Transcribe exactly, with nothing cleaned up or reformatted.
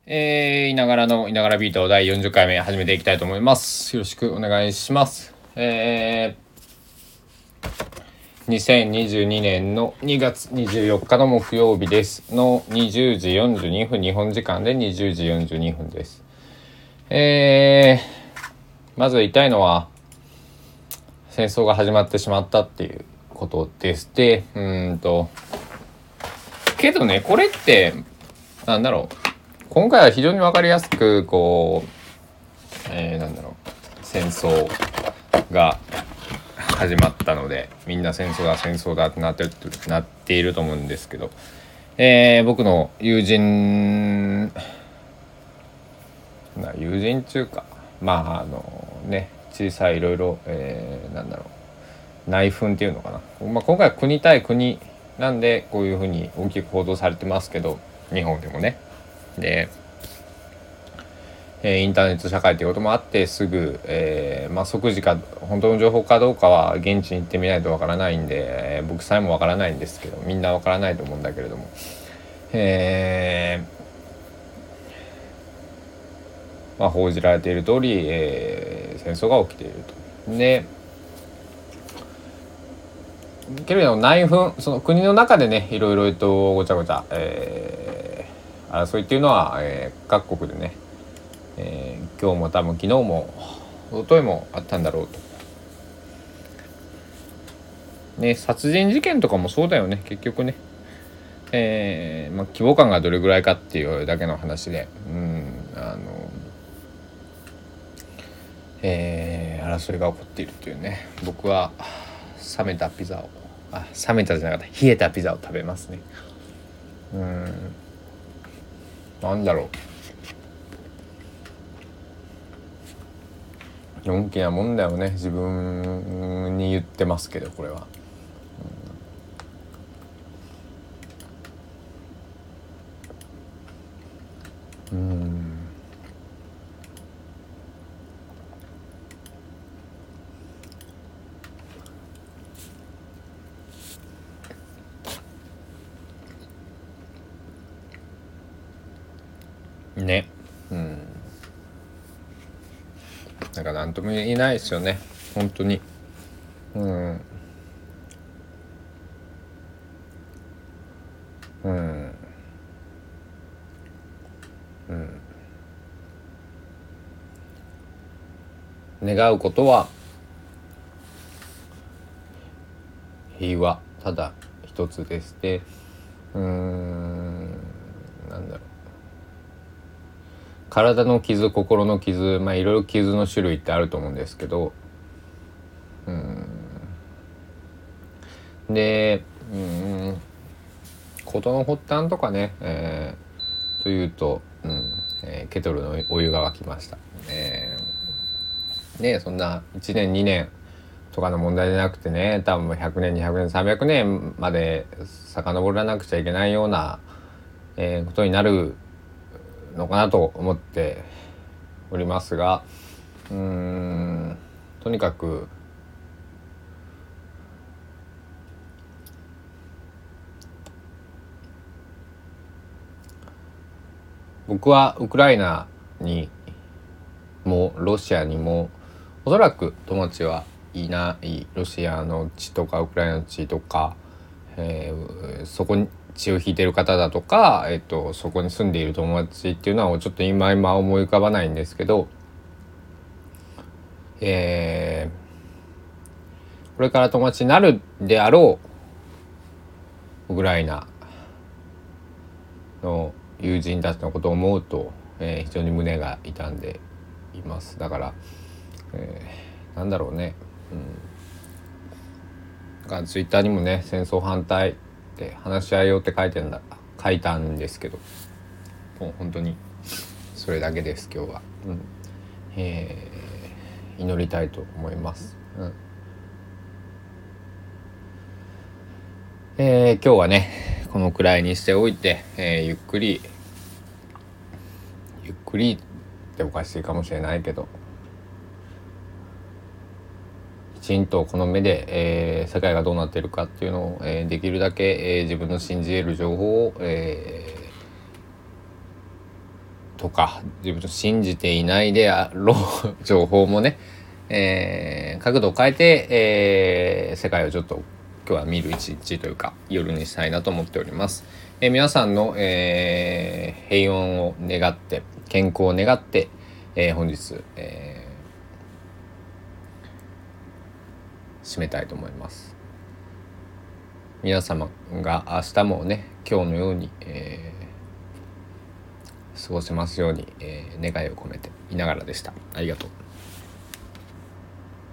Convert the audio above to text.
えー、いながらのいながらビートだいよんじゅっかいめ始めていきたいと思います。よろしくお願いします。えー、にせんにじゅうにねんのにがつにじゅうよっかの木曜日ですのにじゅうじよんじゅうにふん、日本時間でにじゅうじよんじゅうにふんです。えー、まず言いたいのは戦争が始まってしまったっていうことです。で、うーんとけどね、これってなんだろう、今回は非常に分かりやすくこう、えー、なんだろう戦争が始まったので、みんな戦争だ戦争だってなってるなっていると思うんですけど、えー、僕の友人な友人中かまああのね小さいいろいろ、えー、なんだろう内紛っていうのかな、まあ、今回は国対国なんでこういうふうに大きく報道されてますけど、日本でもね。でインターネット社会ということもあってすぐ、えーまあ、即時か本当の情報かどうかは現地に行ってみないとわからないんで、えー、僕さえもわからないんですけど、みんなわからないと思うんだけれども、えーまあ、報じられている通り、えー、戦争が起きていると。でけれども内紛、その国の中でねいろいろとごちゃごちゃ、えー、争いっていうのは、えー、各国でね、えー、今日も多分昨日も一昨日もあったんだろうと。ね、殺人事件とかもそうだよね結局ね。えーまあ、規模感がどれぐらいかっていうだけの話で、うんあの、えー、争いが起こっているというね。僕は冷めたピザをあ冷めたじゃなかった冷えたピザを食べますね。うんなんだろう、のんきなもんだよね。自分に言ってますけどこれは。うんねうんなんか何とも言えないですよね本当に。うんうんうん願うことは平和ただ一つです。でうーんなんだろう、体の傷心の傷、まあいろいろ傷の種類ってあると思うんですけど、うんでうん事の発端とかね、えー、というと、うんえー、ケトルのお湯が沸きました。えー、ねそんないちねんにねんとかの問題じゃなくてね、多分ひゃくねんにひゃくねんさんびゃくねんまで遡らなくちゃいけないような、えー、ことになるのかなと思っておりますが、うーんとにかく僕はウクライナにもロシアにもおそらく友達はいない。ロシアの血とかウクライナの血とか、えー、そこに血を引いてる方だとか、えー、とそこに住んでいる友達っていうのはちょっと今今思い浮かばないんですけど、えー、これから友達になるであろうウクライナの友人たちのことを思うと、えー、非常に胸が痛んでいます。だから、えー、なんだろうね、うん、だからツイッターにもね戦争反対って話し合いようって書いてんだ書いたんですけど、もう本当にそれだけです今日は。うんえー、祈りたいと思います。うんえー、今日はねこのくらいにしておいて、えー、ゆっくりゆっくりっておかしいかもしれないけど、きちんとこの目で、えー、世界がどうなっているかっていうのを、えー、できるだけ、えー、自分の信じ得る情報を、えとか自分の信じていないであろう情報もね、えー、角度を変えて、えー、世界をちょっと今日は見る一日というか夜にしたいなと思っております。えー、皆さんの、えー、平穏を願って健康を願って、えー、本日、えー、締めたいと思います。皆様が明日もね今日のように、えー、過ごせますように、えー、願いを込めていながらでした。ありがとう。